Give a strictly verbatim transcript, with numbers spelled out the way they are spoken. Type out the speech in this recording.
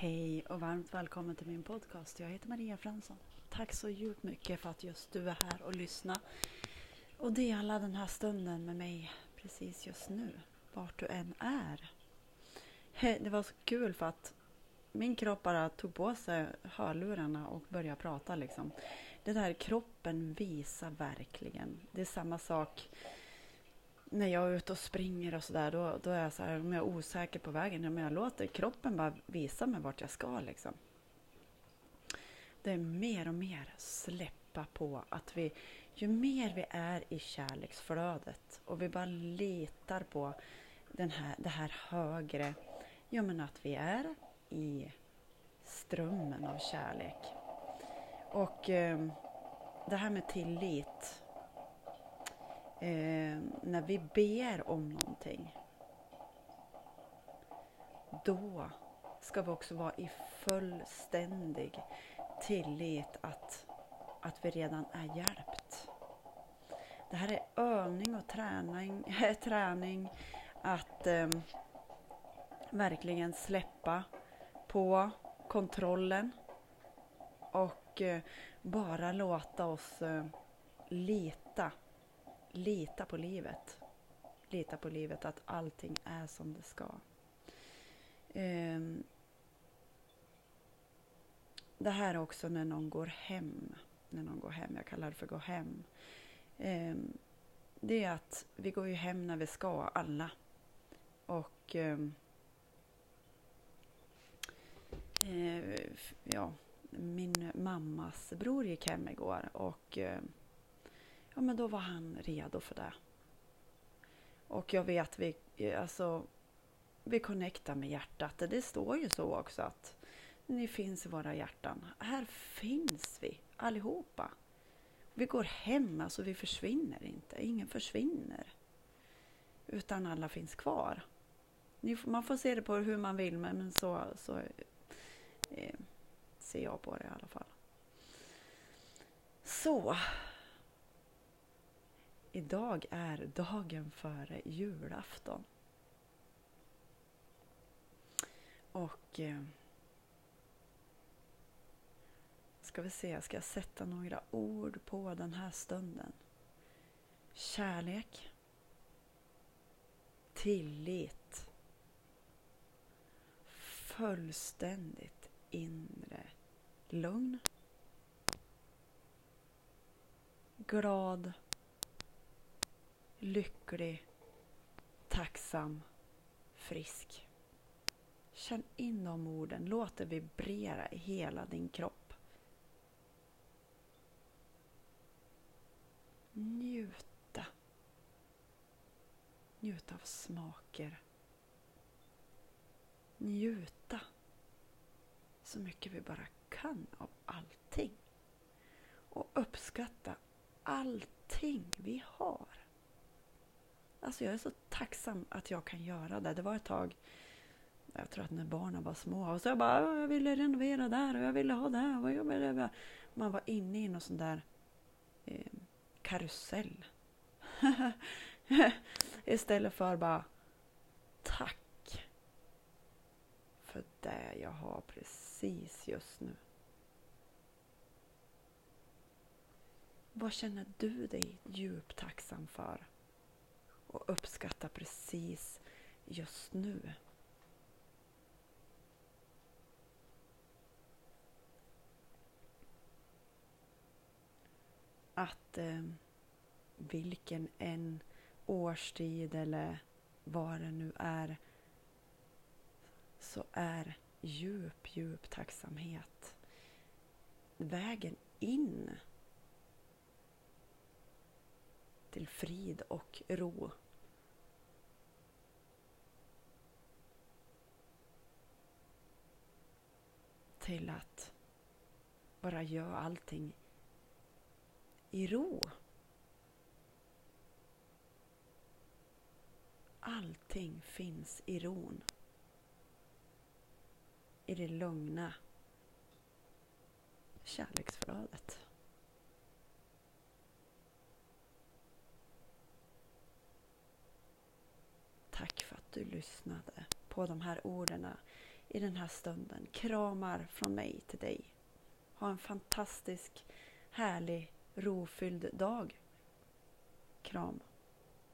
Hej och varmt välkommen till min podcast. Jag heter Maria Fransson. Tack så djupt mycket för att just du är här och lyssnar. Och dela den här stunden med mig precis just nu. Vart du än är. Det var så kul för att min kropp bara tog på sig hörlurarna och började prata liksom. Det där kroppen visar verkligen. Det är samma sak när jag är ute och springer och sådär. Då, då är jag så här, om jag är osäker på vägen. Men jag låter kroppen bara visa mig vart jag ska liksom. Det är mer och mer släppa på att vi, ju mer vi är i kärleksflödet och vi bara litar på den här, det här högre. Ja, men att vi är i strömmen av kärlek. Och eh, det här med tillit. Eh, när vi ber om någonting. Då ska vi också vara i fullständig tillit att, att vi redan är hjälpt. Det här är övning och träning, träning att eh, verkligen släppa på kontrollen och eh, bara låta oss eh, lita, lita på livet. Lita på livet att allting är som det ska. Eh, det här är också när någon går hem. När någon går hem, jag kallar det för gå hem. Eh, det är att vi går ju hem när vi ska, alla. Och eh, eh, ja, min mammas bror gick hem igår och eh, ja, men då var han redo för det. Och jag vet vi alltså vi connectar med hjärtat. Det står ju så också att ni finns i våra hjärtan. Här finns vi allihopa. Vi går hem, alltså vi försvinner inte. Ingen försvinner. Utan alla finns kvar. Man får se det på hur man vill, men så, så eh, ser jag på det i alla fall. Så. Idag är dagen före julafton. Och eh, ska vi se, ska jag sätta några ord på den här stunden. Kärlek. Tillit. Fullständigt inre lugn. Glad. Lycklig. Tacksam. Frisk. Känn in de orden. Låt det vibrera i hela din kropp. Njuta. Njuta av smaker. Njuta så mycket vi bara kan av allting. Och uppskatta allting vi har. Alltså jag är så tacksam att jag kan göra det. Det var ett tag, jag tror att när barnen var små. Och så jag bara, jag ville renovera där och jag ville ha det. Och jag ville. Man var inne i någon sån där eh, karusell. Istället för bara, tack för det jag har precis just nu. Vad känner du dig djupt tacksam för? Och uppskatta precis just nu. Att eh, vilken en årstid eller vad det nu är, så är djup, djup tacksamhet vägen in till frid och ro. Till att bara göra allting i ro. Allting finns i ron. I det lugna kärleksflödet. Tack för att du lyssnade på de här orden i den här stunden. Kramar från mig till dig. Ha en fantastisk, härlig, rofylld dag. Kram.